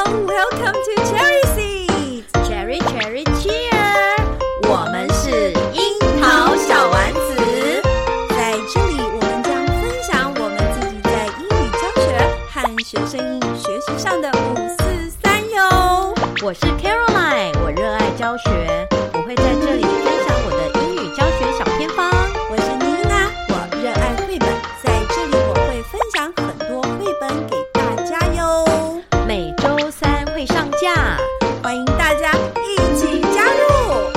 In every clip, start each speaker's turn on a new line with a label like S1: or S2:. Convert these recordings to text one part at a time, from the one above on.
S1: Welcome to Cherry Seeds Cherry Cherry Cheer 我们是樱桃小丸子，在这里我们将分享我们自己在英语教学和学生英语学习上的543哟。
S2: 我是 Caroline， 我热爱教学，我会在这里分享我的英语教学小偏方。
S1: 我是妮娜，我热爱绘本，在这里我会分享很多绘本给大家哟。
S2: 每周三会上架，
S1: 欢迎大家一起加入。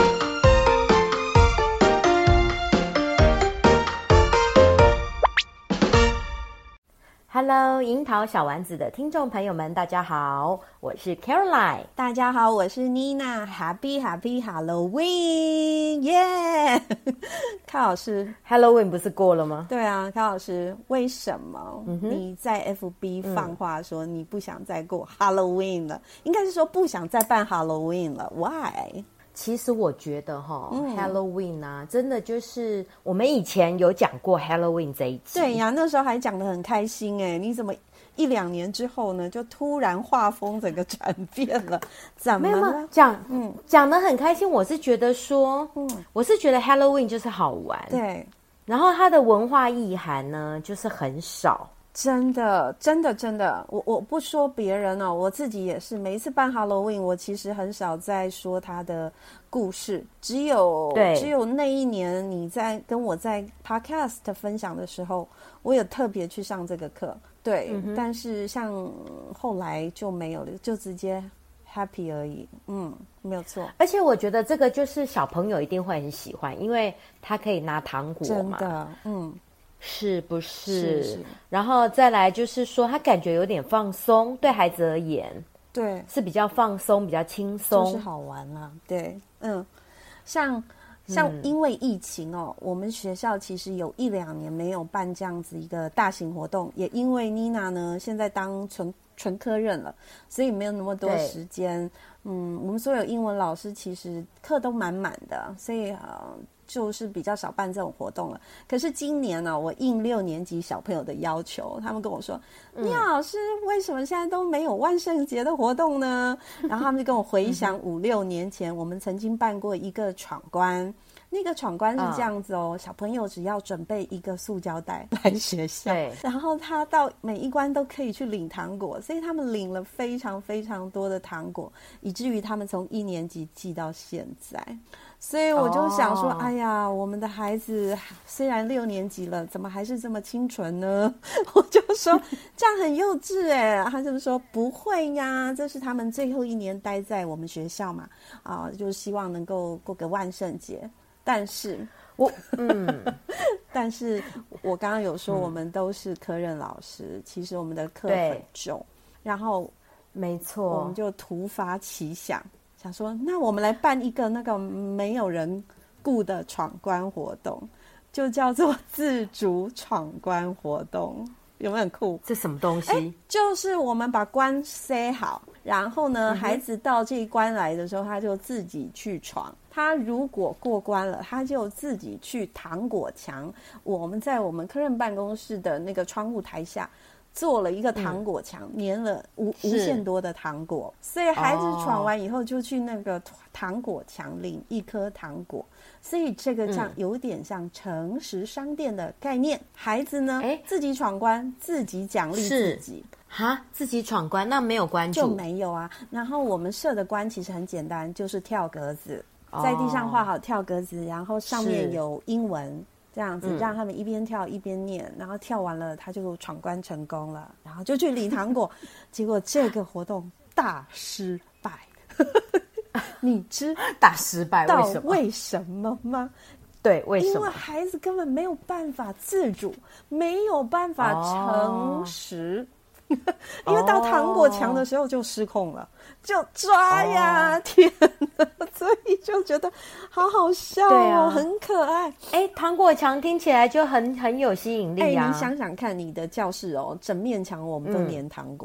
S2: Hello， 樱桃小丸子的听众朋友们，大家好，我是 Caroline。
S1: 大家好，我是妮娜 ，Happy Halloween， 耶！康老师
S2: Halloween 不是过了吗？
S1: 对啊，康老师，为什么你在 FB 放话说你不想再过 Halloween 了？应该是说不想再办 Halloween 了 ？Why？
S2: 其实我觉得Halloween 啊，真的就是我们以前有讲过 Halloween 这一集。
S1: 对呀，那时候还讲得很开心哎，你怎么1-2年之后呢，就突然画风整个转变了？怎么了？
S2: 讲得很开心。我是觉得说，我是觉得 Halloween 就是好玩，
S1: 对，
S2: 然后它的文化意涵呢，就是很少。
S1: 真的，我不说别人哦，我自己也是。每一次办 Halloween， 我其实很少在说他的故事，只有那一年你在跟我在 Podcast 分享的时候，我有特别去上这个课。对，但是像后来就没有了，就直接 happy 而已。没有错。
S2: 而且我觉得这个就是小朋友一定会很喜欢，因为他可以拿糖果嘛。
S1: 真的，
S2: 是不是？是。然后再来就是说，他感觉有点放松，对孩子而言，
S1: 对，
S2: 是比较放松、比较轻松，
S1: 就是好玩啦。对，像因为疫情哦，我们学校其实有1-2年没有办这样子一个大型活动，也因为妮娜呢现在当纯科任了，所以没有那么多时间。我们所有英文老师其实课都满满的，所以就是比较少办这种活动了。可是今年呢，我应6年级小朋友的要求，他们跟我说：“倪老师，为什么现在都没有万圣节的活动呢？”然后他们就跟我回想5-6年前我们曾经办过一个闯关。那个闯关是这样子哦，小朋友只要准备一个塑胶袋来学校，然后他到每一关都可以去领糖果，所以他们领了非常非常多的糖果，以至于他们从1年级记到现在。所以我就想说，哎呀，我们的孩子虽然6年级了，怎么还是这么清纯呢？我就说这样很幼稚哎，他就说不会呀，这是他们最后1年待在我们学校嘛，就是希望能够过个万圣节。但是但是我刚刚有说我们都是科任老师，其实我们的课很重，然后
S2: 没错，
S1: 我们就突发奇想说，那我们来办一个那个没有人顾的闯关活动，就叫做自主闯关活动。有没有很酷？
S2: 这什么东西？
S1: 就是我们把关塞好，然后呢，孩子到这一关来的时候，他就自己去闯。他如果过关了，他就自己去糖果墙。我们在我们科任办公室的那个窗户台下做了一个糖果墙，粘了无限多的糖果，所以孩子闯完以后就去那个糖果墙领1颗糖果。所以这个像有点像诚实商店的概念，孩子呢自己闯关，自己奖励自己。
S2: 自己闯关，那没有关注就
S1: 没有啊。然后我们设的关其实很简单，就是跳格子，在地上画好跳格子，然后上面有英文，这样子让他们一边跳一边念，然后跳完了他就闯关成功了，然后就去领糖果。结果这个活动大失败。你知
S2: 大失败
S1: 为什么吗？
S2: 对，为什么？
S1: 因为孩子根本没有办法自主，没有办法诚实。因为到糖果墙的时候就失控了，就抓呀，天哪！所以就觉得好好笑哦，很可爱。
S2: 糖果墙听起来就很有吸引力啊。
S1: 你想想看，你的教室哦，整面墙我们都粘糖果。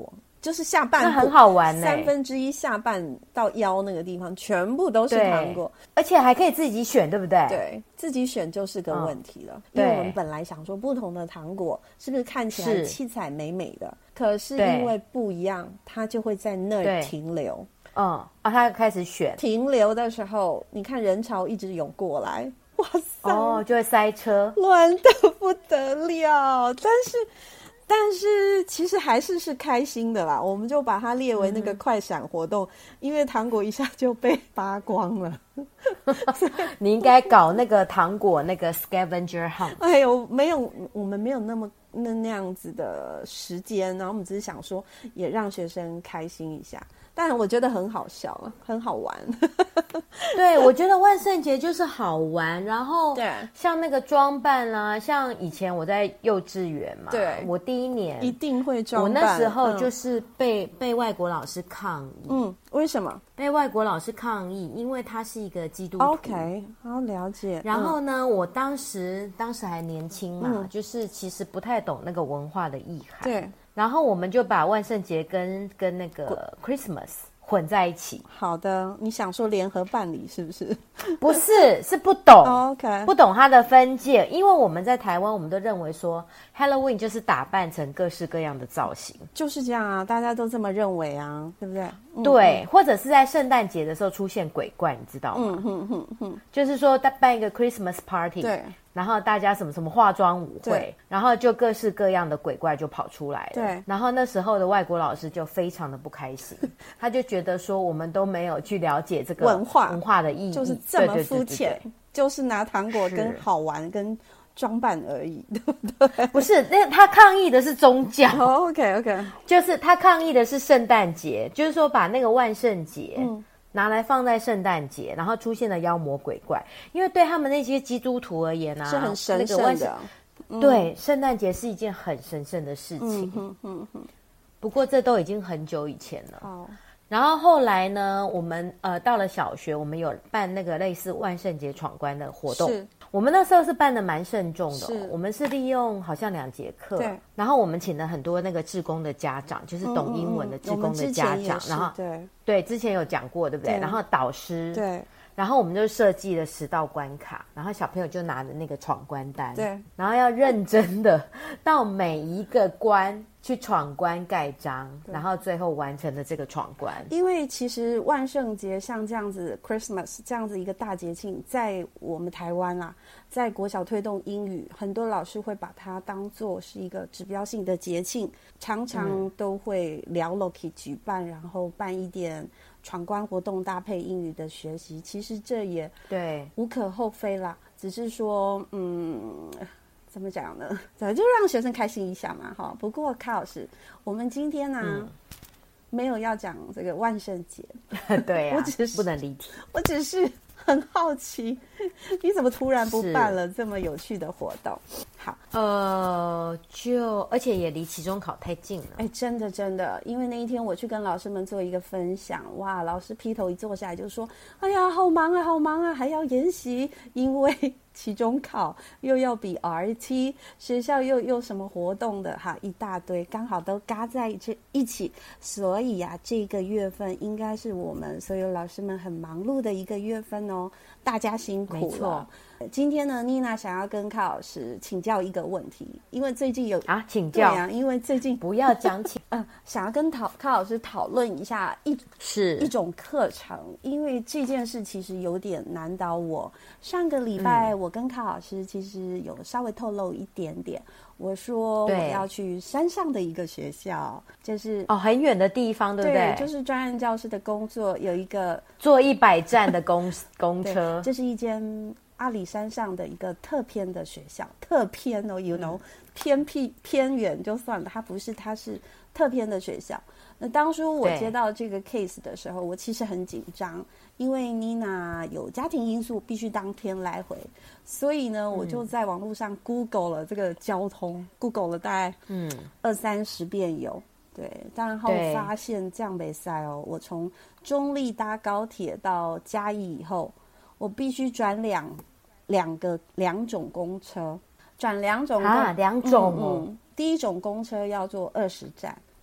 S1: 就是下半部，
S2: 那很好玩欸
S1: 1/3下半到腰那个地方全部都是糖果，
S2: 而且还可以自己选，对不对？
S1: 对，自己选就是个问题了，因为我们本来想说不同的糖果是不是看起来七彩美美的，可是因为不一样，它就会在那儿停留。
S2: 他开始选，
S1: 停留的时候，你看人潮一直涌过来，哇塞，
S2: 就会塞车，
S1: 乱得不得了。但是其实还是开心的啦，我们就把它列为那个快闪活动，因为糖果一下就被扒光了。
S2: 你应该搞那个糖果那个 scavenger hunt。
S1: 哎呦，没有，我们没有那样子的时间，然后我们只是想说，也让学生开心一下。但我觉得很好笑，很好玩。
S2: 对，我觉得万圣节就是好玩，然后
S1: 对，
S2: 像那个装扮啦，像以前我在幼稚园嘛，
S1: 对，
S2: 我第一年
S1: 一定会装扮。
S2: 我那时候就是被外国老师抗议。
S1: 为什么？
S2: 被外国老师抗议，因为他是一个基督徒。
S1: OK， 好了解。
S2: 然后呢，我当时还年轻嘛，就是其实不太懂那个文化的意涵。
S1: 对。
S2: 然后我们就把万圣节跟那个 Christmas 混在一起。
S1: 好的，你想说联合办理是不是？
S2: 不是，是不懂。
S1: OK，
S2: 不懂它的分界，因为我们在台湾，我们都认为说 Halloween 就是打扮成各式各样的造型，
S1: 就是这样啊，大家都这么认为啊，对不对？
S2: 对，或者是在圣诞节的时候出现鬼怪，你知道吗？就是说办一个 Christmas party，
S1: 对。
S2: 然后大家什么化妆舞会，然后就各式各样的鬼怪就跑出来了。
S1: 对，
S2: 然后那时候的外国老师就非常的不开心，他就觉得说我们都没有去了解这个文化的意义，
S1: 就是这么肤浅，就是拿糖果跟好玩跟装扮而已，对不对？
S2: 不是，那他抗议的是宗教。
S1: OK，
S2: 就是他抗议的是圣诞节，就是说把那个万圣节。拿来放在圣诞节，然后出现了妖魔鬼怪，因为对他们那些基督徒而言啊，
S1: 是很神圣的。
S2: 对，圣诞节是一件很神圣的事情。不过这都已经很久以前了。然后后来呢，我们到了小学，我们有办那个类似万圣节闯关的活动。我们那时候是办的蛮慎重的我们是利用好像2节课，然后我们请了很多那个志工的家长，就是懂英文的志工的家长，然后对之前有讲过，对不对？然后导师，
S1: 对，
S2: 然后我们就设计了10道关卡，然后小朋友就拿着那个闯关单，
S1: 对，
S2: 然后要认真的到每一个关去闯关盖章，然后最后完成了这个闯关。
S1: 因为其实万圣节像这样子 Christmas 这样子一个大节庆，在我们台湾啦，在国小推动英语，很多老师会把它当作是一个指标性的节庆，常常都会聊 Loki 举办，然后办一点闯关活动搭配英语的学习，其实这也对无可厚非啦，只是说怎么讲呢？就让学生开心一下嘛，哈。不过卡老师，我们今天呢、没有要讲这个万圣节，
S2: 对啊，
S1: 我只是
S2: 不能离题，
S1: 我只是很好奇，你怎么突然不办了这么有趣的活动？好，
S2: 而且也离期中考太近了。
S1: 哎，真的，因为那一天我去跟老师们做一个分享，哇，老师劈头一坐下来就说：“哎呀，好忙啊，还要研习，因为期中考又要比 RT， 学校又有什么活动的哈，一大堆，刚好都嘎在一起，所以呀，这个月份应该是我们所有老师们很忙碌的一个月份哦，大家辛苦了。没错。今天呢，妮娜想要跟卡老师请教一个问题，因为最近有
S2: 请教，
S1: 对啊，因为最近
S2: 不要讲
S1: 想要跟卡老师讨论一下一种课程，因为这件事其实有点难倒我。上个礼拜我跟卡老师其实有稍微透露一点点，我说我要去山上的一个学校，就是
S2: 很远的地方，对不对？
S1: 对，就是专任教师的工作，有一个
S2: 坐100站的公车，
S1: 这是一间阿里山上的一个特偏的学校，特偏哦 ，you know， 偏远就算了，它是特偏的学校。那当初我接到这个 case 的时候，我其实很紧张，因为妮娜有家庭因素，必须当天来回，所以呢，我就在网络上 Google 了这个交通，Google 了大概20-30遍有。对，然后发现这样没塞哦，我从中立搭高铁到嘉义以后，我必须转两种公车，转两种
S2: 2种
S1: 第一种公车要坐20站，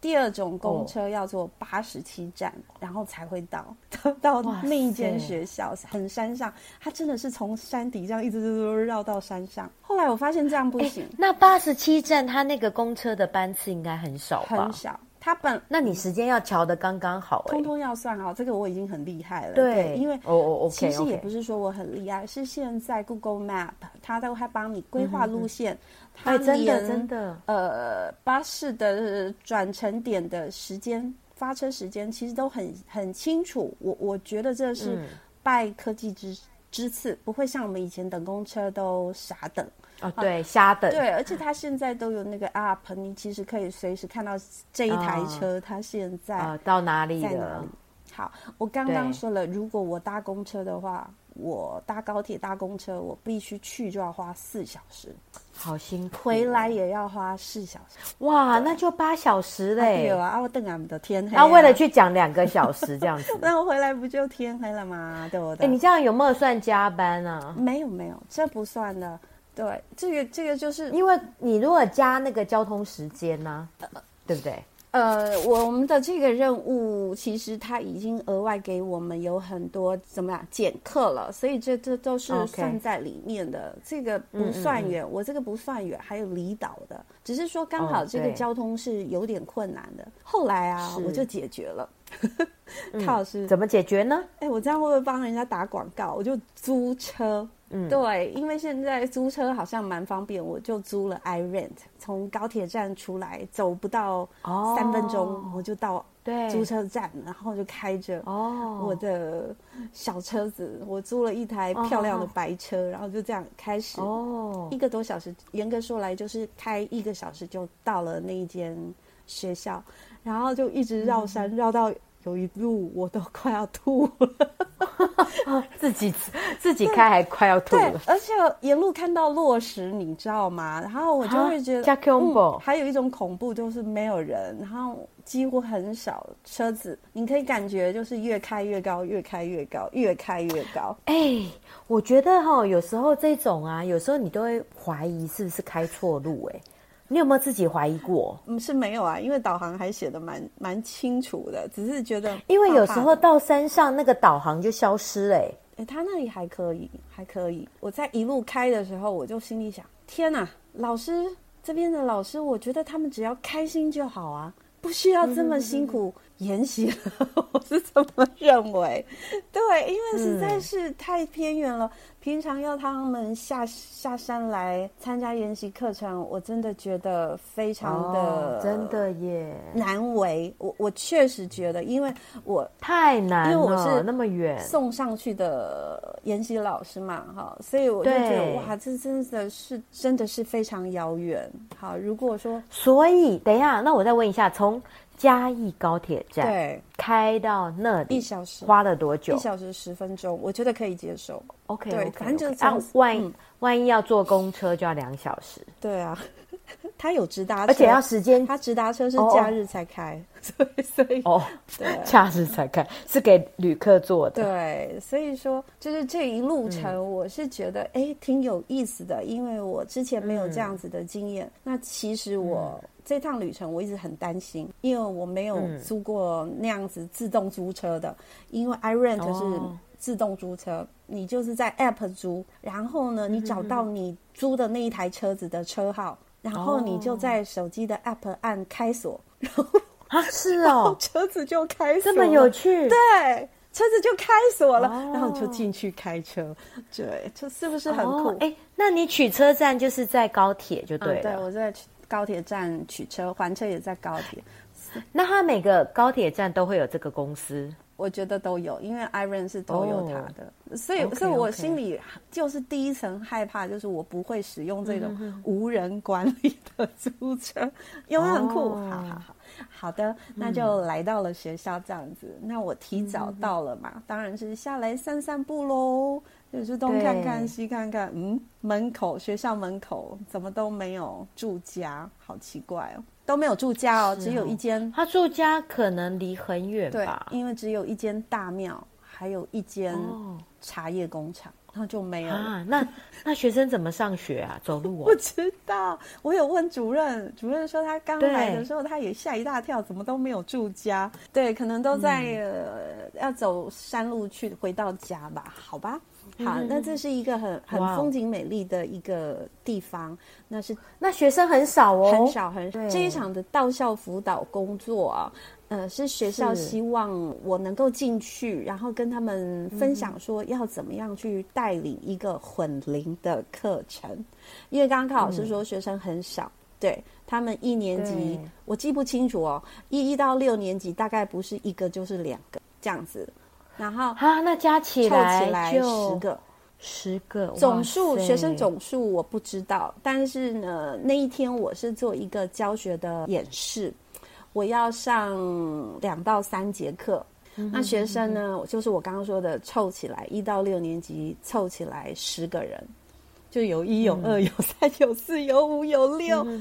S1: 第二种公车要坐87站，然后才会到那一间学校，很山上，它真的是从山底这样一直绕到山上。后来我发现这样不行。
S2: 那87站，它那个公车的班次应该很少吧？
S1: 很少。那
S2: 你时间要调得刚刚好，
S1: 通通要算好，这个我已经很厉害了。
S2: 对，
S1: 因为其实也不是说我很厉害，是现在 Google Map 它都会帮你规划路线，它连
S2: 真的
S1: 巴士的转乘点的时间、发车时间其实都很清楚。我觉得这是拜科技之赐，不会像我们以前等公车都傻等。
S2: 对，瞎等。
S1: 对，而且它现在都有那个 app， 你其实可以随时看到这一台车它现在
S2: 到哪里
S1: 在哪里。好，我刚刚说了，如果我搭公车的话，我搭高铁搭公车，我必须去就要花4小时，
S2: 好辛苦，
S1: 回来也要花4小时。
S2: 哇，那就8小时嘞。
S1: 对啊，我等俺们的天黑。
S2: 然后为了去讲2个小时这样子，
S1: 那我回来不就天黑了吗？对不对？
S2: 你这样有没有算加班啊？
S1: 没有，这不算的。对，这个就是
S2: 因为你如果加那个交通时间呢，对不对？
S1: 我们的这个任务其实它已经额外给我们有很多怎么样减课了，所以这都是算在里面的。这个不算远，我这个不算远，还有离岛的，只是说刚好这个交通是有点困难的。后来啊，我就解决了。靠老师
S2: 怎么解决呢？
S1: 我这样会不会帮人家打广告？我就租车。对，因为现在租车好像蛮方便，我就租了 iRent， 从高铁站出来走不到3分钟，我就到租车站，然后就开着我的小车子，我租了一台漂亮的白车，然后就这样开始1个多小时，严格说来就是开1个小时就到了那一间学校，然后就一直绕山绕到有一路我都快要吐了
S2: 自己开还快要吐了。
S1: 对，而且沿路看到落石，你知道吗？然后我就会觉得，还有一种恐怖就是没有人，然后几乎很少车子，你可以感觉就是越开越高，越开越高，越开越高。
S2: 我觉得有时候这种啊，有时候你都会怀疑是不是开错路。你有没有自己怀疑过？
S1: 是没有啊，因为导航还写的蛮清楚的，只是觉得
S2: 因为有时候到山上那个导航就消失了。
S1: 他那里还可以。我在一路开的时候，我就心里想：天哪，老师这边的老师，我觉得他们只要开心就好啊，不需要这么辛苦研习了。我是这么认为。对，因为实在是太偏远了。平常要他们下山来参加研习课程，我真的觉得非常的
S2: 真的耶
S1: 难为。我确实觉得，因为我
S2: 太难了，
S1: 因为我是
S2: 那么远
S1: 送上去的研习老师嘛，所以我就觉得哇，这真的是非常遥远。好，如果说，
S2: 所以等一下，那我再问一下，从嘉义高铁站
S1: 对
S2: 开到那里
S1: 1小时
S2: 花了多久？1
S1: 小时10分钟，我觉得可以接受。
S2: OK，
S1: 对，反正就是
S2: 万一要坐公车就要2小时。
S1: 对啊，他有直达车，
S2: 而且要时间，
S1: 他直达车是假日才开，所以
S2: 对，假日才开是给旅客坐的。
S1: 对，所以说就是这一路程，我是觉得挺有意思的，因为我之前没有这样子的经验。那其实我这趟旅程我一直很担心，因为我没有租过那样子自动租车的，因为 iRent 是自动租车，你就是在 App 租，然后呢，你找到你租的那一台车子的车号，然后你就在手机的 App 按开锁，然后
S2: 是
S1: 车子就开锁，
S2: 这么有趣，
S1: 对。车子就开锁了，然后你就进去开车，对，这是不是很酷？
S2: 那你取车站就是在高铁就对了。
S1: 对，我在高铁站取车，还车也在高铁。
S2: 那它每个高铁站都会有这个公司？
S1: 我觉得都有，因为 iRent 是都有它的，所以我心里就是第一层害怕，就是我不会使用这种无人管理的租车，有没有很酷？好的，那就来到了学校这样子。那我提早到了嘛，当然是下来散散步咯，就是东看看西看看。学校门口怎么都没有住家，好奇怪哦，都没有住家哦，只有一间。
S2: 他住家可能离很远吧？
S1: 对，因为只有一间大庙，还有一间茶叶工厂。 然后就没有了
S2: 啊。那学生怎么上学啊？走路
S1: 不知道，我有问主任，主任说他刚来的时候他也吓一大跳，怎么都没有住家，对，可能都在要走山路去回到家吧，好吧。好，那这是一个很风景美丽的一个地方，
S2: 那学生很少哦，
S1: 很少。这一场的到校辅导工作啊，是学校希望我能够进去，然后跟他们分享说要怎么样去带领一个混龄的课程，因为刚刚康老师说学生很少，对，他们1年级我记不清楚哦，1到6年级大概不是1个就是2个这样子。然后
S2: 那加起来就
S1: 10个
S2: 总
S1: 数，学生总数我不知道，但是呢，那一天我是做一个教学的演示，我要上2到3节课。那学生呢，就是我刚刚说的凑起来1到6年级凑起来10个人，就有1有2有3有4有5有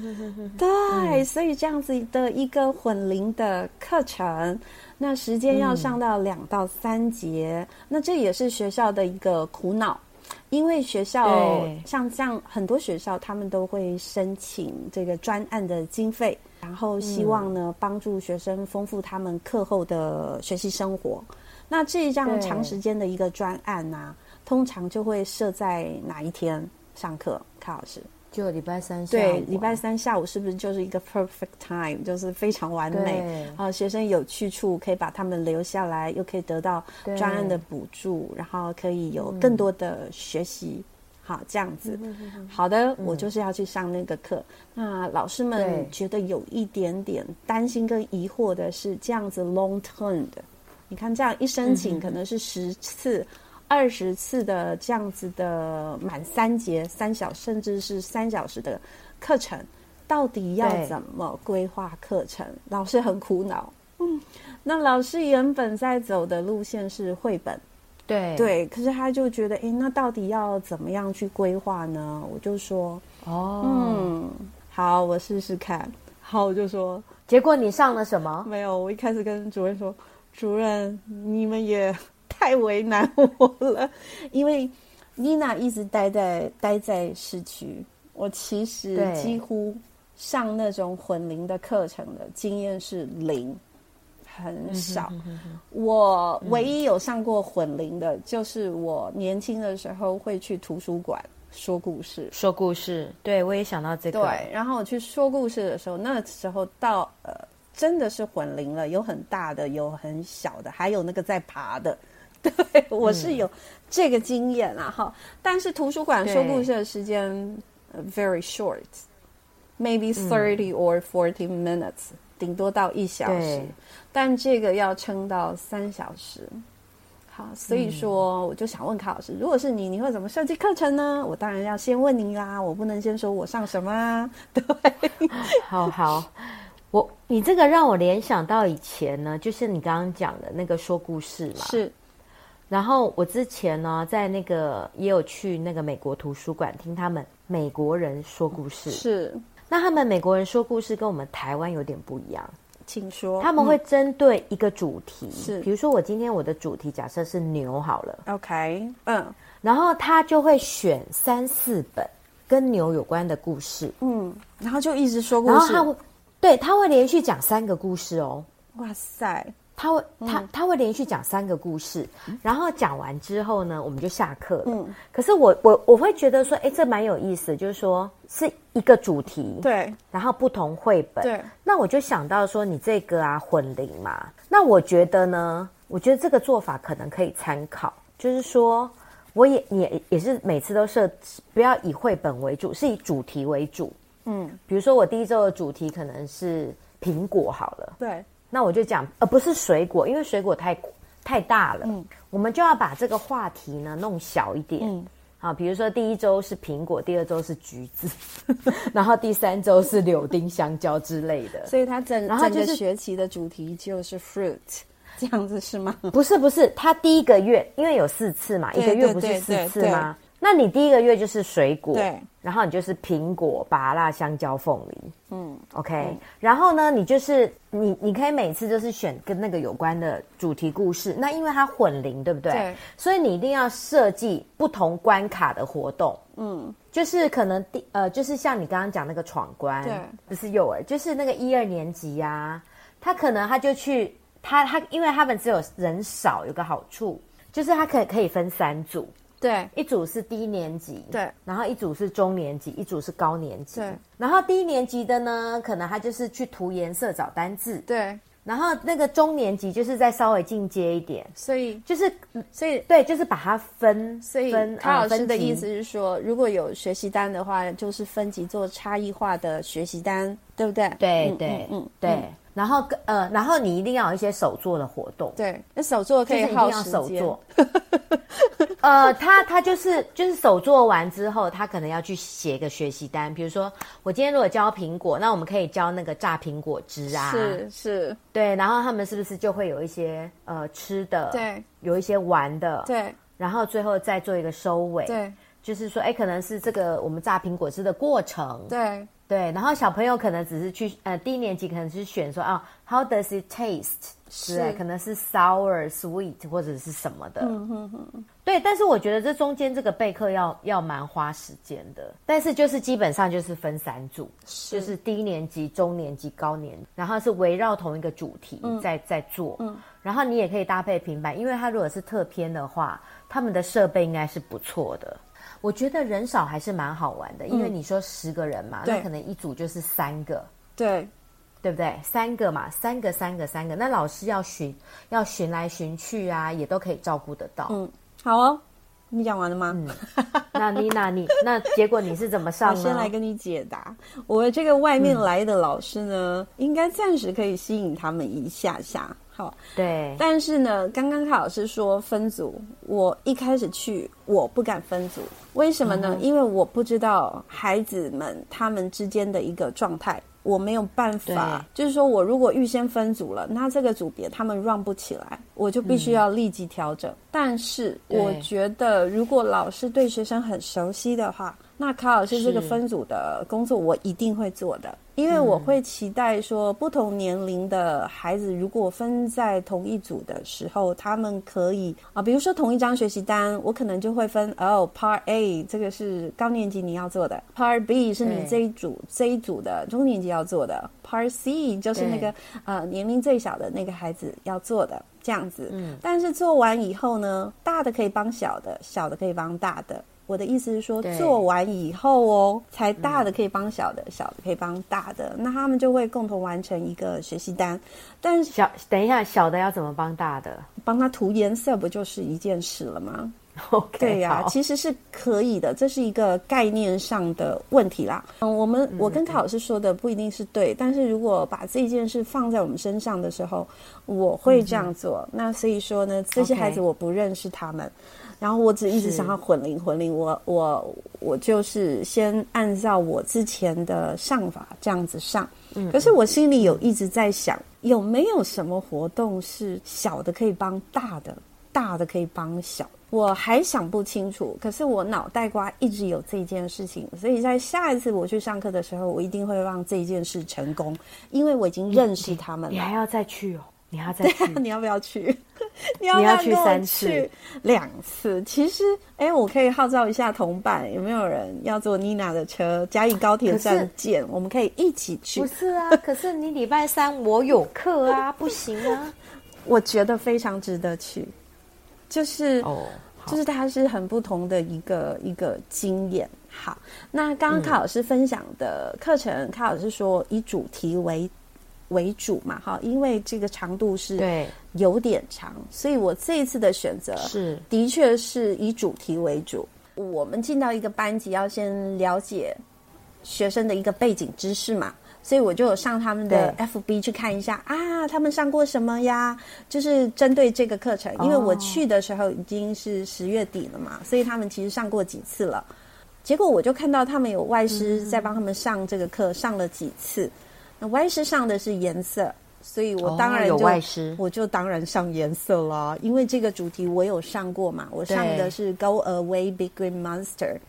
S1: 6，对，所以这样子的一个混龄的课程，那时间要上到2到3节，那这也是学校的一个苦恼，因为学校像这样很多学校他们都会申请这个专案的经费，然后希望呢帮助学生丰富他们课后的学习生活。那这样长时间的一个专案啊，通常就会设在哪一天上课？康老师，
S2: 就礼拜3下午。
S1: 对，礼拜3下午是不是就是一个 perfect time， 就是非常完美啊？学生有去处可以把他们留下来，又可以得到专案的补助，然后可以有更多的学习。好，这样子。好的，我就是要去上那个课。那老师们觉得有一点点担心跟疑惑的是，这样子 long term 的，你看这样一申请可能是10次。20次的这样子的满3节3小时甚至是3小时的课程，到底要怎么规划课程？老师很苦恼。那老师原本在走的路线是绘本，对，可是他就觉得，那到底要怎么样去规划呢？我就说，好，我试试看。好，我就说，
S2: 结果你上了什么？
S1: 没有，我一开始跟主任说，主任，你们也太为难我了，因为妮娜一直待在市区，我其实几乎上那种混龄的课程的经验是0，很少。我唯一有上过混龄的，就是我年轻的时候会去图书馆说故事。
S2: 对，我也想到这个。
S1: 对，然后我去说故事的时候，那时候到真的是混龄了，有很大的，有很小的，还有那个在爬的。对，我是有这个经验啊，哈。但是图书馆说故事的时间very short， maybe 30 or 40 minutes， 顶多到1小时，但这个要撑到3小时。好，所以说我就想问卡老师，如果是你会怎么设计课程呢？我当然要先问你啦，我不能先说我上什么啊。对，
S2: 好。你这个让我联想到以前呢，就是你刚刚讲的那个说故事嘛。
S1: 是。
S2: 然后我之前呢，在那个也有去那个美国图书馆听他们美国人说故事。
S1: 是。
S2: 那他们美国人说故事跟我们台湾有点不一样。
S1: 请说。
S2: 他们会针对一个主题，
S1: 是，
S2: 比如说我今天我的主题假设是牛好了。
S1: OK，
S2: 然后他就会选3、4本跟牛有关的故事。
S1: 然后就一直说故事。
S2: 然后他会连续讲3个故事哦。
S1: 哇塞！
S2: 他会连续讲3个故事，然后讲完之后呢，我们就下课了。可是我会觉得说，这蛮有意思，就是说是一个主题，
S1: 对，
S2: 然后不同绘本，
S1: 对。
S2: 那我就想到说，你这个啊混龄嘛，那我觉得这个做法可能可以参考，就是说，你也是每次都不要以绘本为主，是以主题为主。比如说我第一周的主题可能是苹果好了，
S1: 对。
S2: 那我就讲，不是水果，因为水果太大了。我们就要把这个话题呢弄小一点。好，比如说第1周是苹果，第2周是橘子，然后第3周是柳丁、香蕉之类的。
S1: 所以它整个学期的主题就是 fruit， 这样子是吗？
S2: 不是，它第1个月因为有4次嘛，1个月不是4次吗？那你第1个月就是水果，
S1: 对，
S2: 然后你就是苹果、芭乐、香蕉、凤梨，OK，然后呢，你就是你可以每次就是选跟那个有关的主题故事，那因为它混龄，对不对？
S1: 对，
S2: 所以你一定要设计不同关卡的活动，就是可能就是像你刚刚讲那个闯关，
S1: 对，
S2: 不是幼儿，就是那个1、2年级啊，他可能他就去他，因为他们只有人少，有个好处就是他可以分3组。
S1: 对，
S2: 一组是低年级，
S1: 对，
S2: 然后一组是中年级，一组是高年级，
S1: 对。
S2: 然后低年级的呢，可能他就是去涂颜色找单字，
S1: 对。
S2: 然后那个中年级就是再稍微进阶一点，
S1: 所以
S2: 对，就是把它分。
S1: 所以卡老师的意思是说，如果有学习单的话，就是分级做差异化的学习单，对不对？
S2: 对对对。然后你一定要有一些手作的活动，
S1: 对，那手作可以耗时间。
S2: 手作，他就是手作完之后，他可能要去写一个学习单，比如说我今天如果教苹果，那我们可以教那个榨苹果汁啊，
S1: 是，
S2: 对，然后他们是不是就会有一些吃的，
S1: 对，
S2: 有一些玩的，
S1: 对，
S2: 然后最后再做一个收尾，
S1: 对，
S2: 就是说，可能是这个我们榨苹果汁的过程，
S1: 对。
S2: 对，然后小朋友可能只是去低年级可能是选说how does it taste， 是可能是 sour sweet 或者是什么的，对，但是我觉得这中间这个备课要蛮花时间的，但是就是基本上就是分3组，就是低年级、中年级、高年级，然后是围绕同一个主题在做，然后你也可以搭配平板，因为它如果是特篇的话，他们的设备应该是不错的。我觉得人少还是蛮好玩的，因为你说10个人嘛，那可能一组就是3个，
S1: 对
S2: 不对？3个嘛，3个，那老师要巡来巡去啊，也都可以照顾得到。
S1: 好哦，你讲完了吗？
S2: 那那结果你是怎么上呢？
S1: 我先来跟你解答。我这个外面来的老师呢，应该暂时可以吸引他们一下下。好，
S2: 对。
S1: 但是呢，刚刚卡老师说分组，我一开始去我不敢分组，为什么呢？因为我不知道孩子们他们之间的一个状态。我没有办法，就是说我如果预先分组了，那这个组别他们 run 不起来，我就必须要立即调整。但是我觉得如果老师对学生很熟悉的话，那卡老师这个分组的工作我一定会做的，因为我会期待说不同年龄的孩子如果分在同一组的时候，他们可以比如说同一张学习单，我可能就会分Part A 这个是高年级你要做的， Part B 是你这一组的中年级要做的， Part C 就是那个年龄最小的那个孩子要做的，这样子。但是做完以后呢，大的可以帮小的，小的可以帮大的。我的意思是说，做完以后才大的可以帮小的，小的可以帮大的，那他们就会共同完成一个学习单。但是
S2: 等一下，小的要怎么帮大的？
S1: 帮他涂颜色不就是一件事了吗
S2: ？OK，
S1: 对呀，其实是可以的，这是一个概念上的问题啦。我跟卡老师说的不一定是对，但是如果把这件事放在我们身上的时候，我会这样做。那所以说呢，这些孩子我不认识他们。然后我只一直想要混龄，我就是先按照我之前的上法这样子上。可是我心里有一直在想，有没有什么活动是小的可以帮大的，大的可以帮小？我还想不清楚，可是我脑袋瓜一直有这件事情，所以在下一次我去上课的时候，我一定会让这件事成功，因为我已经认识他们了。
S2: 你还要再去哦？你还要再去？
S1: 你要不要去？你要不要去3次、2次？其实，我可以号召一下同伴，有没有人要坐妮娜的车？嘉义高铁站见，我们可以一起去。
S2: 不是啊，可是你礼拜3我有课啊，不行啊。
S1: 我觉得非常值得去，就是它是很不同的一个经验。好，那刚刚卡老师分享的课程，卡老师说以主题为主嘛，因为这个长度是有点长，所以我这一次的选择的确是以主题为主。我们进到一个班级要先了解学生的一个背景知识嘛，所以我就有上他们的 FB 去看一下他们上过什么呀，就是针对这个课程。因为我去的时候已经是10月底了嘛，所以他们其实上过几次了。结果我就看到他们有外师在帮他们上这个课，上了几次。那外师上的是颜色，所以我当然
S2: 有外师，
S1: 我就当然上颜色啦，因为这个主题我有上过嘛，我上的是 Go Away Big Green Monster。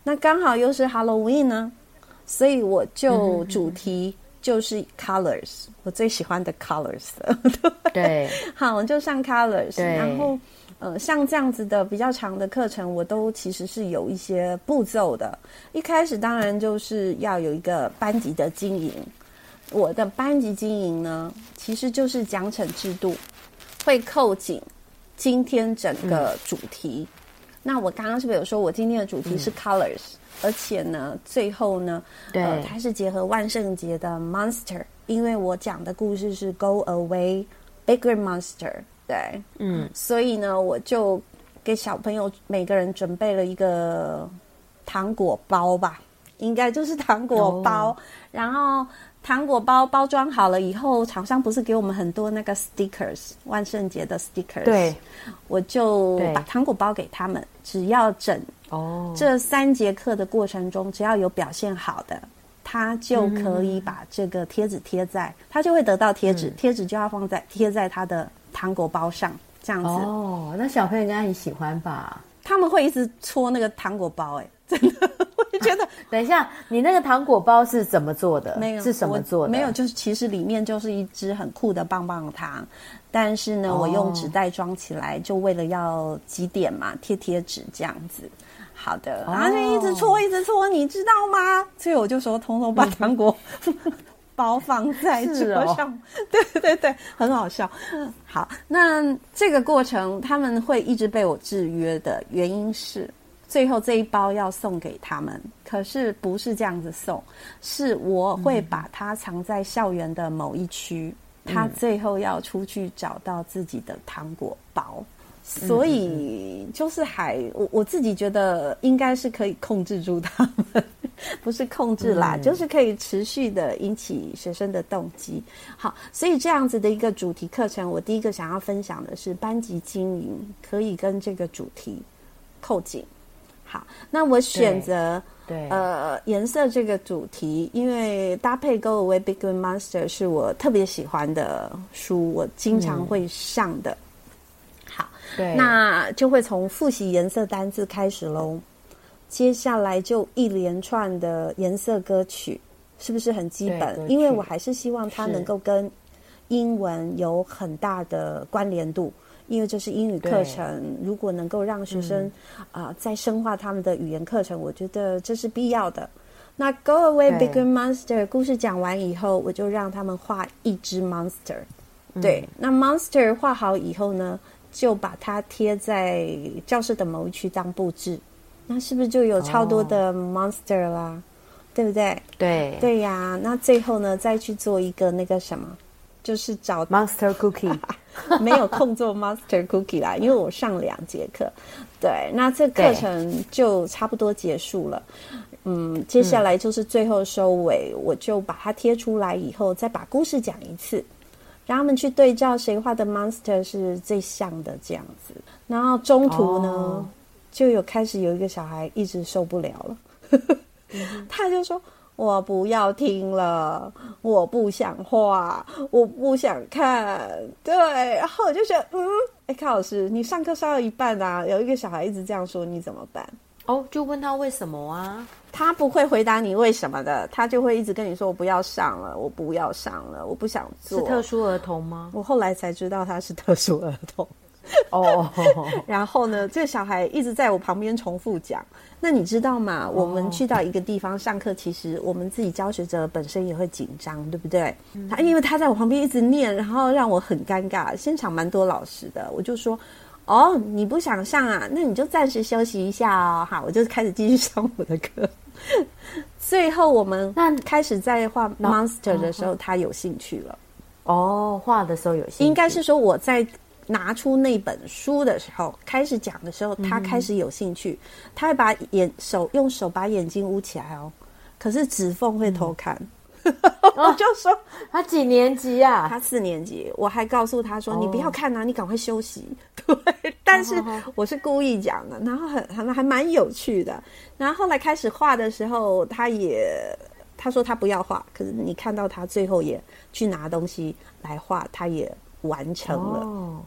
S1: 那刚好又是 Halloween 呢，所以我就主题就是 colors， 我最喜欢的 colors
S2: 对，
S1: 好，我就上 colors， 然后像这样子的比较长的课程，我都其实是有一些步骤的。一开始当然就是要有一个班级的经营，我的班级经营呢，其实就是奖惩制度，会扣紧今天整个主题。那我刚刚是不是有说我今天的主题是 colors，而且呢，最后呢，它是结合万圣节的 monster， 因为我讲的故事是 Go Away Bigger Monster， 对，所以呢，我就给小朋友每个人准备了一个糖果包吧，应该就是糖果包，然后糖果包包装好了以后，厂商不是给我们很多那个 stickers， 万圣节的 stickers，
S2: 对，
S1: 我就把糖果包给他们，只要这3节课的过程中，只要有表现好的，他就可以把这个贴纸贴在，他就会得到贴纸，贴纸就要贴在他的糖果包上，这样子。
S2: 哦，那小朋友应该很喜欢吧？
S1: 他们会一直戳那个糖果包，真的，我就觉得。
S2: 等一下，你那个糖果包是怎么做的？
S1: 没有，
S2: 是什么做的？
S1: 没有，就是其实里面就是一支很酷的棒棒糖，但是呢，我用纸袋装起来，就为了要集点嘛，贴纸这样子。好的，然后就一直搓，你知道吗？所以我就说，通通把糖果包放在桌上，对，很好笑。好，那这个过程他们会一直被我制约的原因是，最后这一包要送给他们，可是不是这样子送，是我会把它藏在校园的某一区，他最后要出去找到自己的糖果包。所以就是我自己觉得应该是可以控制住他们，不是控制啦，就是可以持续的引起学生的动机。好，所以这样子的一个主题课程，我第一个想要分享的是班级经营可以跟这个主题扣紧。好，那我选择颜色这个主题，因为搭配 Go Away Bigger Monster 是我特别喜欢的书，我经常会上的。
S2: 对，
S1: 那就会从复习颜色单字开始咯，接下来就一连串的颜色歌曲，是不是很基本？因为我还是希望它能够跟英文有很大的关联度，因为这是英语课程，如果能够让学生再深化他们的语言课程，我觉得这是必要的。那 Go Away Bigger Monster 故事讲完以后，我就让他们画一只 monster，对，那 monster 画好以后呢，就把它贴在教室的某一区当布置，那是不是就有超多的 monster 啦？对不对？对呀。那最后呢，再去做一个那个什么，就是找
S2: monster cookie，
S1: 没有空做 monster cookie 啦，因为我上2节课。对，那这课程就差不多结束了。接下来就是最后收尾，我就把它贴出来以后，再把故事讲一次。让他们去对照谁画的 monster 是最像的这样子，然后中途呢，就开始有一个小孩一直受不了了，他就说我不要听了，我不想画，我不想看，对，然后我就觉得康老师，你上课上到一半啊，有一个小孩一直这样说，你怎么办？
S2: 就问他为什么啊？
S1: 他不会回答你为什么的，他就会一直跟你说我不要上了，我不要上了，我不想做。
S2: 是特殊儿童吗？
S1: 我后来才知道他是特殊儿童。然后呢，这个小孩一直在我旁边重复讲。那你知道吗？我们去到一个地方上课，其实我们自己教学者本身也会紧张，对不对？因为他在我旁边一直念，然后让我很尴尬。现场蛮多老师的，我就说你不想上啊？那你就暂时休息一下哦。好，我就开始继续上我的课。最后我们开始在画 monster 的时候，他有兴趣了。
S2: 画的时候有兴趣，
S1: 应该是说我在拿出那本书的时候，开始讲的时候，他开始有兴趣。他会把用手把眼睛捂起来可是指缝会偷看。我就说
S2: 他几年级啊？
S1: 他4年级。我还告诉他说你不要看啊，你赶快休息。对，但是我是故意讲的，然后还蛮有趣的。然后后来开始画的时候，他说他不要画，可是你看到他最后也去拿东西来画，他也完成了。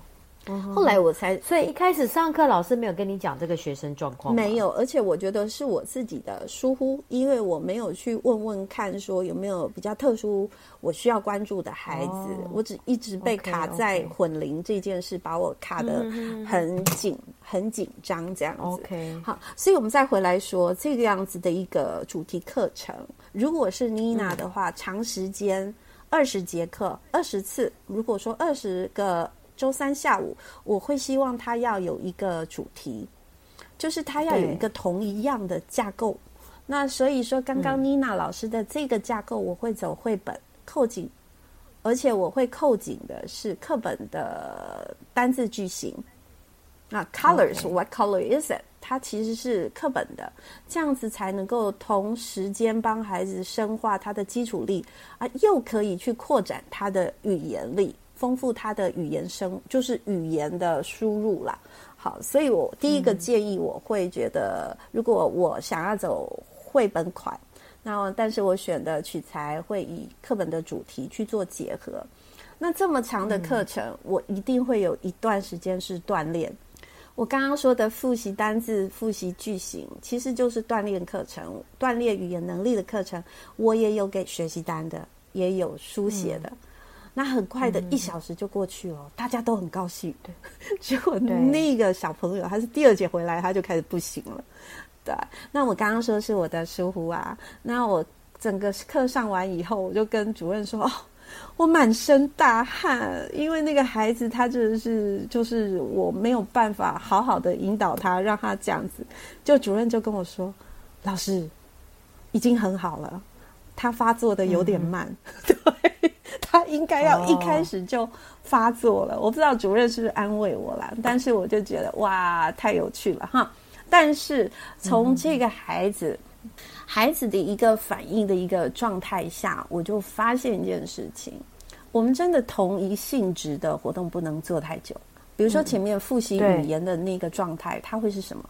S1: 后来我才，
S2: 所以一开始上课老师没有跟你讲这个学生状况吗？
S1: 没有，而且我觉得是我自己的疏忽，因为我没有去问问看说有没有比较特殊我需要关注的孩子，我只一直被卡在混龄这件事，把我卡得很紧张这样子。
S2: OK，
S1: 好，所以我们再回来说这个样子的一个主题课程，如果是妮娜的话，长时间20节课20次，如果说20个周三下午，我会希望他要有一个主题，就是他要有一个同一样的架构。那所以说，刚刚妮娜老师的这个架构，我会走绘本扣紧，而且我会扣紧的是课本的单字句型。那 colors、what color is it？ 它其实是课本的，这样子才能够同时间帮孩子深化他的基础力啊，又可以去扩展他的语言力。丰富他的语言就是语言的输入啦。好，所以我第一个建议，我会觉得，如果我想要走绘本款，但是我选的取材会以课本的主题去做结合。那这么长的课程，我一定会有一段时间是锻炼。我刚刚说的复习单字、复习句型，其实就是锻炼课程，锻炼语言能力的课程。我也有给学习单的，也有书写的。那很快的1小时就过去了，大家都很高兴。结果那个小朋友，他是第2节回来，他就开始不行了。对，那我刚刚说是我的疏忽啊。那我整个课上完以后，我就跟主任说：“哦，我满身大汗，因为那个孩子他真的是，就是我没有办法好好的引导他，让他这样子。”就主任就跟我说：“老师，已经很好了，他发作的有点慢。”对。他应该要一开始就发作了，我不知道主任是不是安慰我啦，但是我就觉得哇，太有趣了哈！但是从这个孩子的一个反应的一个状态下，我就发现一件事情，我们真的同一性质的活动不能做太久。比如说前面复习语言的那个状态，它会是什么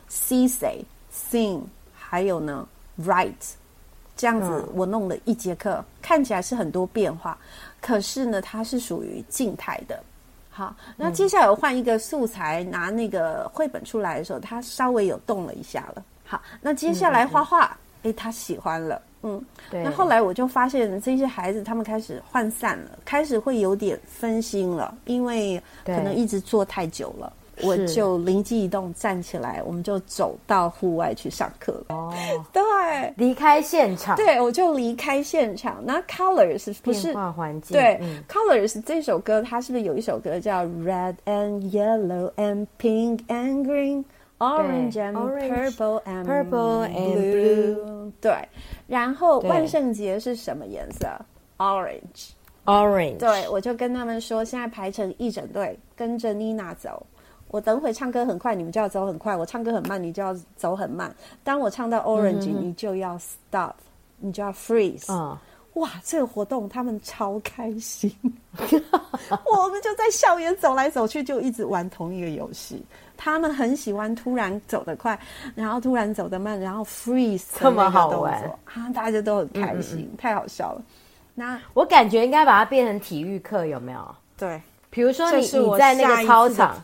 S1: ？See、say、sing， 还有呢 write。这样子我弄了1节课，看起来是很多变化，可是呢它是属于静态的。好，那接下来我换一个素材，拿那个绘本出来的时候，它稍微有动了一下了。好，那接下来画画，他喜欢了。对。那后来我就发现这些孩子他们开始涣散了，开始会有点分心了，因为可能一直坐太久了。我就灵机一动站起来，我们就走到户外去上课了。对，
S2: 离开现场。
S1: 对，我就离开现场。那 Colors 不是
S2: 变化环境。
S1: 对，Colors 这首歌，它是不是有一首歌叫 Red and Yellow and Pink and Green Orange and Purple and Blue？ 对，然后万圣节是什么颜色 ？Orange。对，我就跟他们说，现在排成一整队，跟着妮娜走。我等会唱歌很快，你们就要走很快；我唱歌很慢，你就要走很慢。当我唱到 Orange，你就要 Stop， 你就要 Freeze。哇，这个活动他们超开心。我们就在校园走来走去，就一直玩同一个游戏。他们很喜欢突然走得快，然后突然走得慢，然后 Freeze
S2: 这么好玩
S1: 啊！大家都很开心，太好笑了。那
S2: 我感觉应该把它变成体育课，有没有？
S1: 对。
S2: 比如说你在那个操场，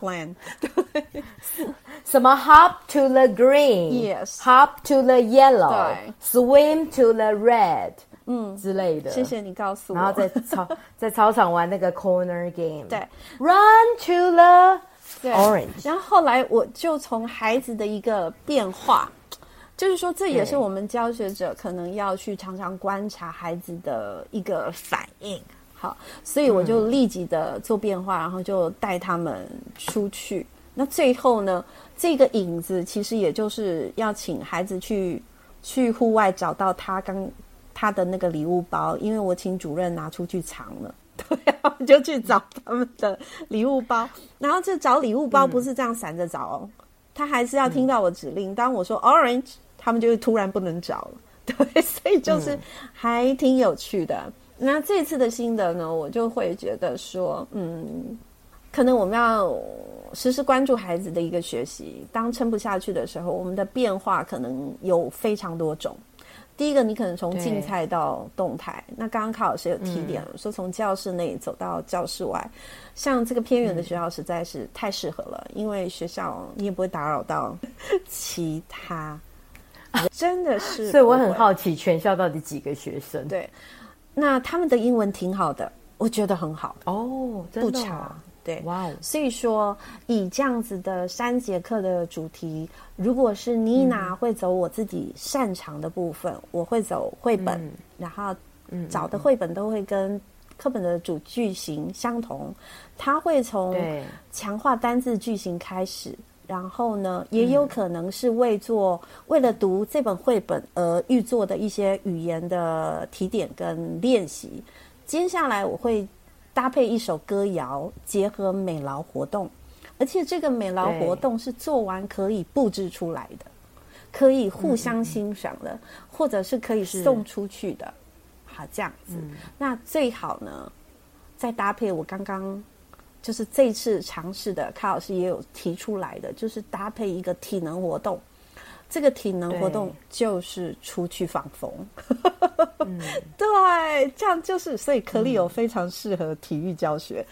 S2: 什么 hop to the green， hop to the yellow， swim to the red， 之类的。
S1: 谢谢你告诉我。
S2: 然后在操场玩那个 corner game，
S1: 对
S2: ，run to the orange。
S1: 然后后来我就从孩子的一个变化，就是说这也是我们教学者可能要去常常观察孩子的一个反应。好，所以我就立即的做变化，然后就带他们出去。那最后呢，这个影子其实也就是要请孩子去户外找到他的那个礼物包，因为我请主任拿出去藏了。对啊，就去找他们的礼物包。然后这找礼物包不是这样闪着找哦，他还是要听到我指令。当我说 orange， 他们就突然不能找了。对，所以就是还挺有趣的。那这次的心得呢，我就会觉得说，可能我们要时时关注孩子的一个学习。当撑不下去的时候，我们的变化可能有非常多种。 第一个，你可能从静态到动态。那刚刚卡老师有提点了，说从教室内走到教室外，像这个偏远的学校实在是太适合了，因为学校你也不会打扰到其他，真的是。
S2: 所以我很好奇，全校到底几个学生？
S1: 对，那他们的英文挺好的，我觉得很好
S2: 哦，真的
S1: 不差。对，
S2: 哇哦！
S1: 所以说以这样子的3节课的主题，如果是妮娜会走我自己擅长的部分，我会走绘本，然后找的绘本都会跟课本的主句型相同，他会从强化单字句型开始，然后呢，也有可能是为了读这本绘本而预做的一些语言的提点跟练习。接下来我会搭配一首歌谣，结合美劳活动，而且这个美劳活动是做完可以布置出来的，可以互相欣赏的，或者是可以送出去的。好，这样子，那最好呢，再搭配我刚刚就是这一次尝试的，卡老师也有提出来的，就是搭配一个体能活动。这个体能活动就是出去放风，对，这样就是，所以可丽有非常适合体育教学，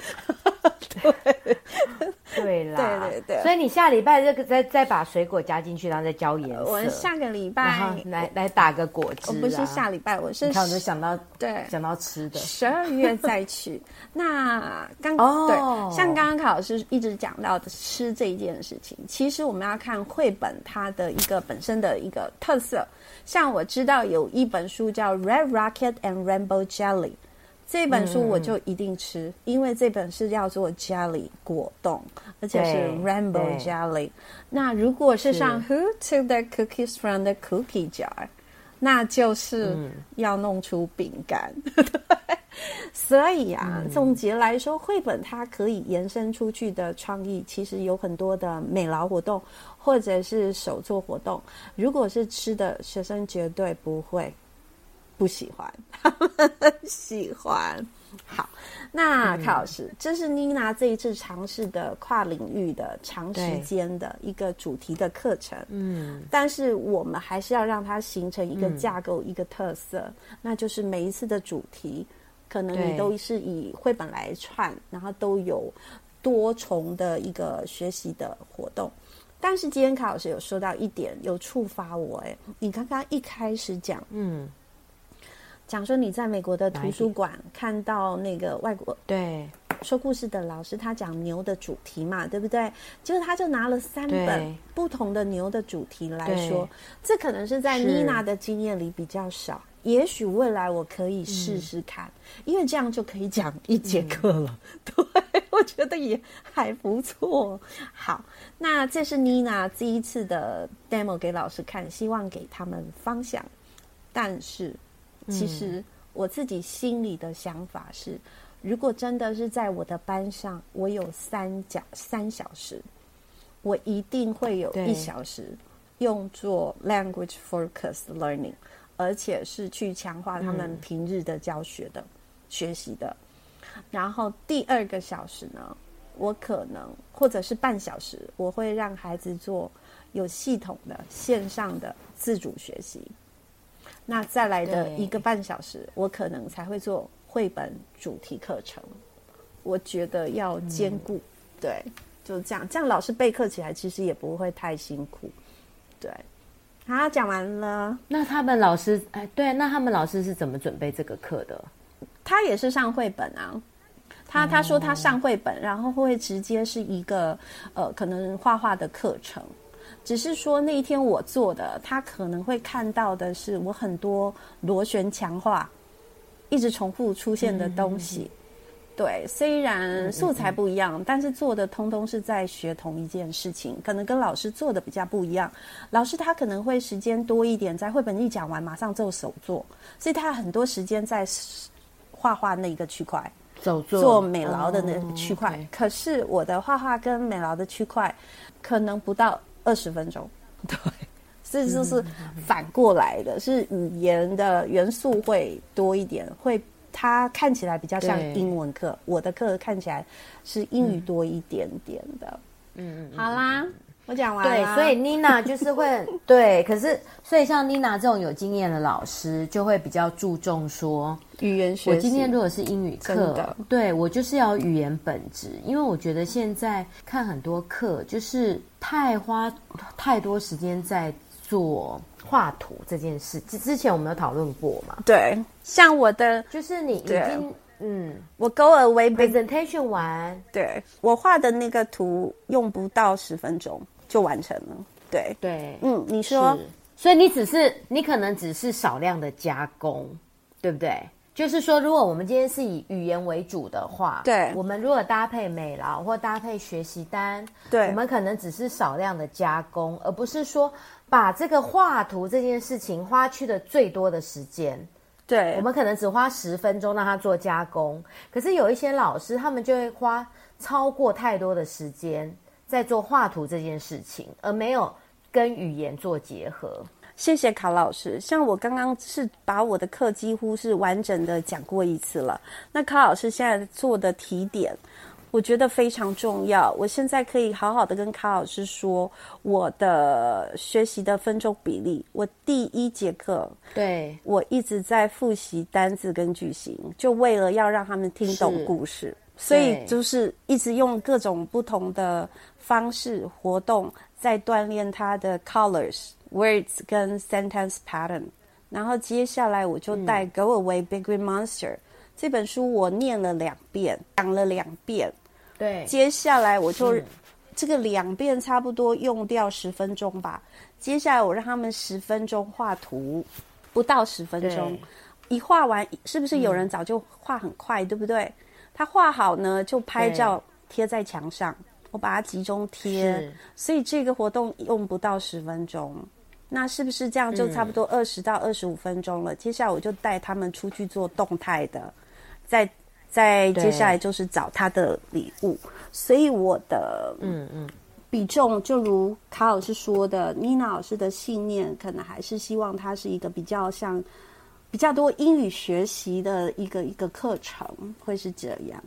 S2: 对啦，
S1: 对，
S2: 所以你下礼拜这个再把水果加进去，然后再浇颜色。
S1: 我下个礼拜
S2: 然后来打个果汁，
S1: 我不是下礼拜，我是
S2: 你看我就想到吃的
S1: ，12月再去。那对，像刚刚卡老师一直讲到的吃这一件事情，其实我们要看绘本它的一个本身的一个特色。像我知道有一本书叫《Red Rocket and Rainbow Jelly》。这本书我就一定吃，因为这本是要做 jelly 果冻，而且是 rainbow jelly。那如果是像 Who took the cookies from the cookie jar， 那就是要弄出饼干。所以啊，总结来说，绘本它可以延伸出去的创意，其实有很多的美劳活动，或者是手作活动。如果是吃的，学生绝对不喜欢，他们喜欢。好，那卡老师，这是妮娜这一次尝试的跨领域的长时间的一个主题的课程。但是我们还是要让它形成一个架构，一个特色，那就是每一次的主题，可能你都是以绘本来串，然后都有多重的一个学习的活动。但是今天卡老师有说到一点，有触发我。你刚刚一开始讲，讲说你在美国的图书馆看到那个外国说故事的老师，他讲牛的主题嘛，对不对？结果他就拿了3本不同的牛的主题来说，这可能是在妮娜的经验里比较少，也许未来我可以试试看，因为这样就可以讲1节课了。对，我觉得也还不错。好，那这是妮娜第一次的 demo 给老师看，希望给他们方向。但是其实我自己心里的想法是，如果真的是在我的班上，我有3小时，我一定会有1小时用作 language focused learning， 而且是去强化他们平日的教学的学习的。然后第2个小时呢，我可能或者是半小时，我会让孩子做有系统的线上的自主学习。那再来的1个半小时，我可能才会做绘本主题课程。我觉得要兼顾，对，就这样，这样老师备课起来其实也不会太辛苦。对，好，讲完了。
S2: 那他们老师，那他们老师是怎么准备这个课的？
S1: 他也是上绘本啊。他说他上绘本，然后会直接是一个可能画画的课程。只是说那一天我做的，他可能会看到的是我很多螺旋强化一直重复出现的东西。对，虽然素材不一样，但是做的通通是在学同一件事情，可能跟老师做的比较不一样。老师他可能会时间多一点，在绘本一讲完马上做手做，所以他很多时间在画画那个区块，做美劳的那个区块。可是我的画画跟美劳的区块可能不到20分钟。对，这就是反过来的，是语言的元素会多一点，会它看起来比较像英文课，我的课看起来是英语多一点点的。好啦， 我讲完了。
S2: 对，所以 Nina 就是会对，可是所以像 Nina 这种有经验的老师，就会比较注重说
S1: 语言学习。
S2: 我今天如果是英语课，对我就是要语言本质，因为我觉得现在看很多课就是花太多时间在做画图这件事。之前我们有讨论过嘛？
S1: 对，像我的
S2: 就是你已经
S1: 我 go away
S2: presentation 完，
S1: 对我画的那个图用不到10分钟就完成了。对
S2: 对，
S1: 你说，
S2: 所以你可能只是少量的加工，对不对？就是说，如果我们今天是以语言为主的话，
S1: 对，
S2: 我们如果搭配美劳或搭配学习单，
S1: 对，
S2: 我们可能只是少量的加工，而不是说把这个画图这件事情花去的最多的时间。
S1: 对，
S2: 我们可能只花10分钟让他做加工，可是有一些老师他们就会花超过太多的时间在做画图这件事情，而没有跟语言做结合。
S1: 谢谢卡老师，像我刚刚是把我的课几乎是完整的讲过一次了，那卡老师现在做的提点我觉得非常重要，我现在可以好好的跟卡老师说我的学习的分钟比例。我第1节课，
S2: 对，
S1: 我一直在复习单字跟句型，就为了要让他们听懂故事，所以就是一直用各种不同的方式活动在锻炼他的 colors、words 跟 sentence pattern。然后接下来我就带 Go Away Big Green Monster 这本书，我念了2遍，讲了2遍。
S2: 对，
S1: 接下来我就这个2遍差不多用掉10分钟吧。接下来我让他们10分钟画图，不到10分钟，一画完是不是有人早就画很快，对不对？他画好呢，就拍照贴在墙上，我把它集中贴，所以这个活动用不到10分钟。那是不是这样就差不多20到25分钟了？接下来我就带他们出去做动态的，再接下来就是找他的礼物。所以我的比重就如卡老师说的，妮娜老师的信念可能还是希望它是一个比较多英语学习的一个课程，会是这样。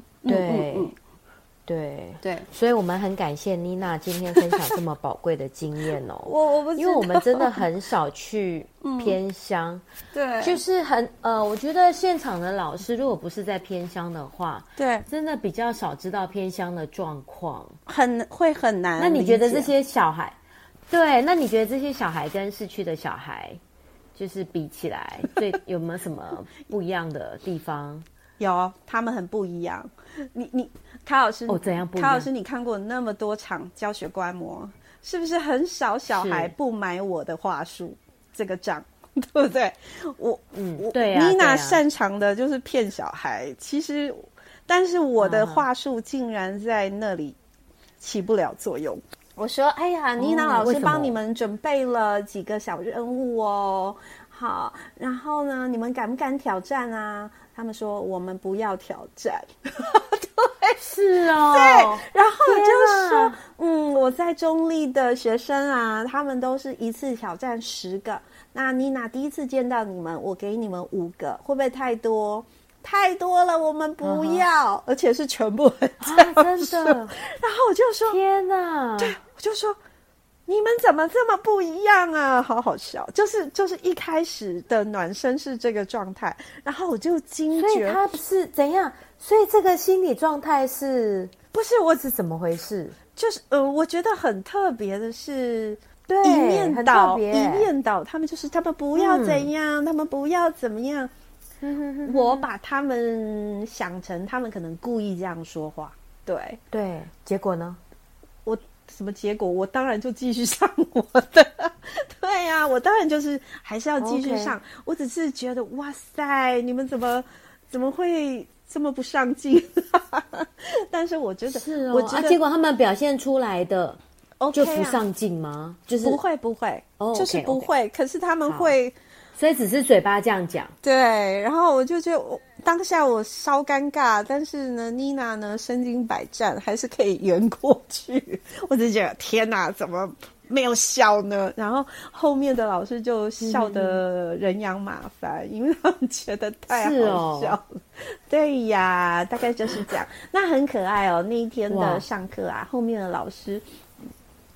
S2: 对，所以我们很感谢妮娜今天分享这么宝贵的经验哦。因为我们真的很少去偏乡，
S1: 对，
S2: 就是我觉得现场的老师如果不是在偏乡的话，
S1: 对，
S2: 真的比较少知道偏乡的状况，
S1: 会很难。
S2: 那你觉得这些小孩，对，那你觉得这些小孩跟市区的小孩，就是比起来，有没有什么不一样的地方？
S1: 有，他们很不一样。你卡老师
S2: 怎样不一样？
S1: 卡老师，你看过那么多场教学观摩，是不是很少小孩不买我的话术这个账，对不对？
S2: 对啊，
S1: 妮娜擅长的就是骗小孩，但是我的话术竟然在那里起不了作用。我说，哎呀，妮娜老师帮你们准备了几个小任务哦，好，然后呢，你们敢不敢挑战啊？他们说我们不要挑战。对，
S2: 是哦，
S1: 对，然后我就说，我在中立的学生啊，他们都是一次挑战10个。那妮娜第一次见到你们，我给你们5个，会不会太多？太多了，我们不要，而且是全部人这样
S2: 真的。然
S1: 后我就说，
S2: 天哪，
S1: 对，我就说。你们怎么这么不一样啊？好好笑，就是一开始的暖身是这个状态，然后我就惊觉，
S2: 所以他是怎样？所以这个心理状态是
S1: 不是我
S2: 是怎么回事？
S1: 就是我觉得很特别的是，
S2: 对，
S1: 一面倒，他们不要怎样，他们不要怎么样。我把他们想成他们可能故意这样说话，
S2: 对，结果呢？
S1: 什么结果？我当然就继续上我的，对呀，我当然就是还是要继续上。我只是觉得，哇塞，你们怎么会这么不上进？但是我觉得
S2: 是哦，结果他们表现出来的就不上进吗？就是
S1: 不会，就是不会。可是他们会，
S2: 所以只是嘴巴这样讲。
S1: 对，然后我就觉得当下我稍尴尬，但是呢，妮娜呢身经百战，还是可以圆过去。我就觉得天哪，怎么没有笑呢？然后后面的老师就笑得人仰马翻，因为他们觉得太好笑了。对呀，大概就是这样。那很可爱哦。那一天的上课啊，后面的老师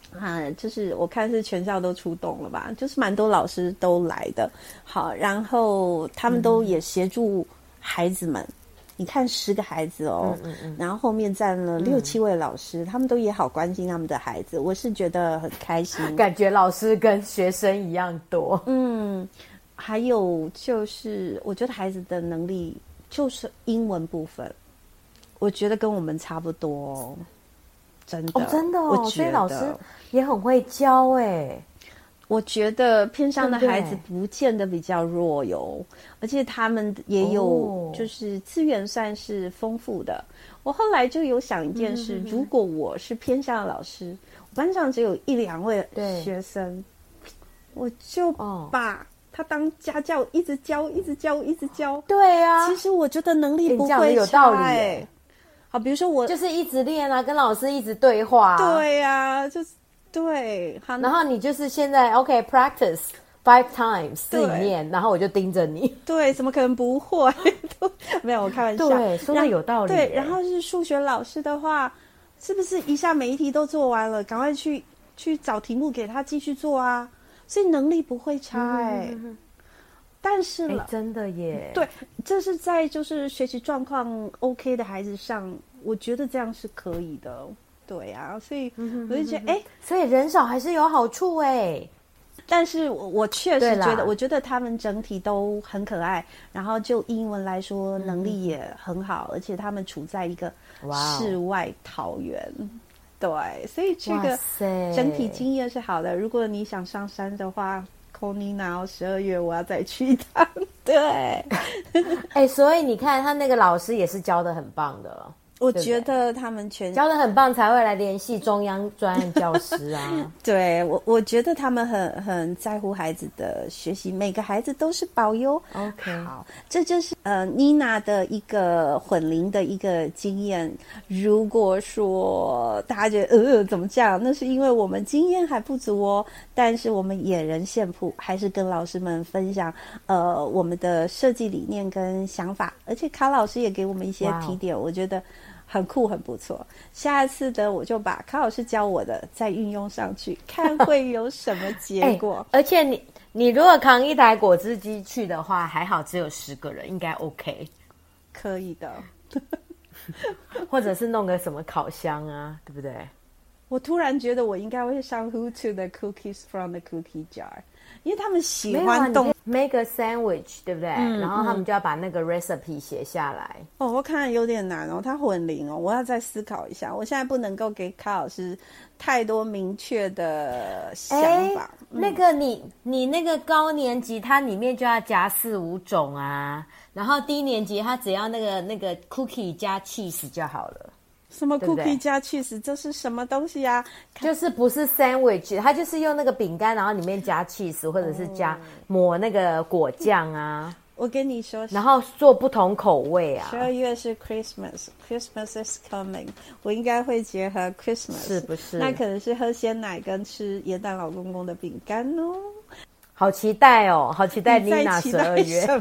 S1: 就是我看是全校都出动了吧，就是蛮多老师都来的。好，然后他们都也协助孩子们。你看10个孩子哦，然后后面站了6、7位老师，他们都也好关心他们的孩子，我是觉得很开心。
S2: 感觉老师跟学生一样多。
S1: 还有就是我觉得孩子的能力就是英文部分，我觉得跟我们差不多。真的
S2: 真的哦，所以老师也很会教欸。
S1: 我觉得偏乡的孩子不见得比较弱哟，而且他们也有就是资源算是丰富的。我后来就有想一件事，如果我是偏乡的老师，我班上只有1、2位学生，我就把他当家教，一直教，一直教，一直教。
S2: 对啊，
S1: 其实我觉得能力不会差。
S2: 有道理耶。
S1: 好，比如说我
S2: 就是一直练啊，跟老师一直对话。
S1: 对啊，就是对。
S2: 然后你就是现在 OK practice 5 times 自己念，然后我就盯着你。
S1: 对，怎么可能不会？没有，我开玩笑。
S2: 对，说的有道理。
S1: 对，然后是数学老师的话，是不是一下每一题都做完了，赶快去找题目给他继续做啊？所以能力不会差但是
S2: 真的耶，
S1: 对，这是在就是学习状况 OK 的孩子上，我觉得这样是可以的。对啊，所以我就觉得
S2: 所以人少还是有好处
S1: 但是我确实觉得，我觉得他们整体都很可爱，然后就英文来说能力也很好，而且他们处在一个世外桃源。对，所以这个整体经验是好的。如果你想上山的话，call Nina 12月我要再去一趟。对，
S2: 所以你看他那个老师也是教得很棒的。
S1: 我觉得他们
S2: 教得很棒，才会来联系中央专案教师啊。
S1: 对，我觉得他们很在乎孩子的学习，每个孩子都是宝哟。
S2: OK，
S1: 好，这就是Nina 的一个混龄的一个经验。如果说大家觉得怎么这样，那是因为我们经验还不足哦。但是我们野人献铺，还是跟老师们分享我们的设计理念跟想法，而且卡老师也给我们一些提点，我觉得很酷，很不错。下一次的我就把卡老师教我的再运用上去，看会有什么结果。
S2: 而且你如果扛一台果汁机去的话，还好只有10个人，应该 OK，
S1: 可以的。
S2: 或者是弄个什么烤箱啊，对不对？
S1: 我突然觉得我应该会上 Who to the cookies from the cookie jar， 因为他们喜欢动
S2: make a sandwich， 对不对？然后他们就要把那个 recipe 写下来。
S1: 我看有点难哦，他混龄哦，我要再思考一下。我现在不能够给卡老师太多明确的想法。
S2: 那个你那个高年级，它里面就要加4、5种啊，然后低年级它只要那个 cookie 加 cheese 就好了。
S1: 什么 cookie 加 cheese？ 这是什么东西啊？
S2: 就是不是 sandwich， 它就是用那个饼干，然后里面加 cheese， 或者是加抹那个果酱啊。
S1: 我跟你说，
S2: 然后做不同口味啊。
S1: 12月是 Christmas is coming， 我应该会结合 Christmas，
S2: 是不是？
S1: 那可能是喝鲜奶跟吃耶诞老公公的饼干哦。
S2: 好期待哦，好期待 Nina 12月。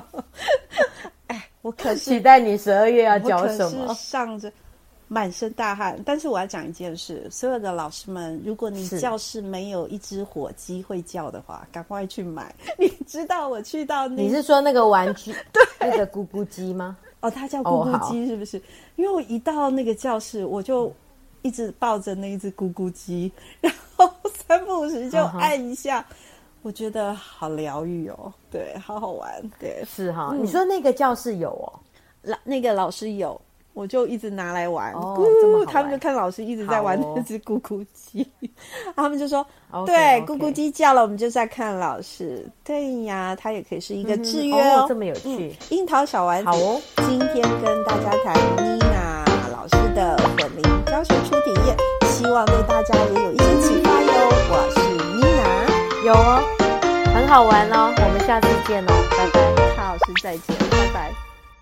S1: 我可是
S2: 期待你12月要教什么？
S1: 我可是上着满身大汗，但是我要讲一件事，所有的老师们，如果你教室没有一只火鸡会叫的话，赶快去买。你知道我去到
S2: 你是说那个玩具那个咕咕鸡吗？
S1: 它叫咕咕鸡是不是？因为我一到那个教室，我就一直抱着那一只咕咕鸡，然后3不5时就按一下，我觉得好疗愈哦，对，好好玩，对，
S2: 是哈。你说那个教室有哦，
S1: 那个老师有。我就一直拿来玩，他们就看老师一直在玩那只咕咕鸡，他们就说，对，咕咕鸡叫了，我们就是在看老师。对呀，它也可以是一个制约哦，
S2: 这么有趣。
S1: 樱桃小丸子，
S2: 好哦，
S1: 今天跟大家谈Nina老师的混龄教学初体验，希望对大家也有一些启发哟。我是Nina，
S2: 有哦，很好玩哦，我们下次见哦，拜拜。
S1: 卡老师再见，拜拜。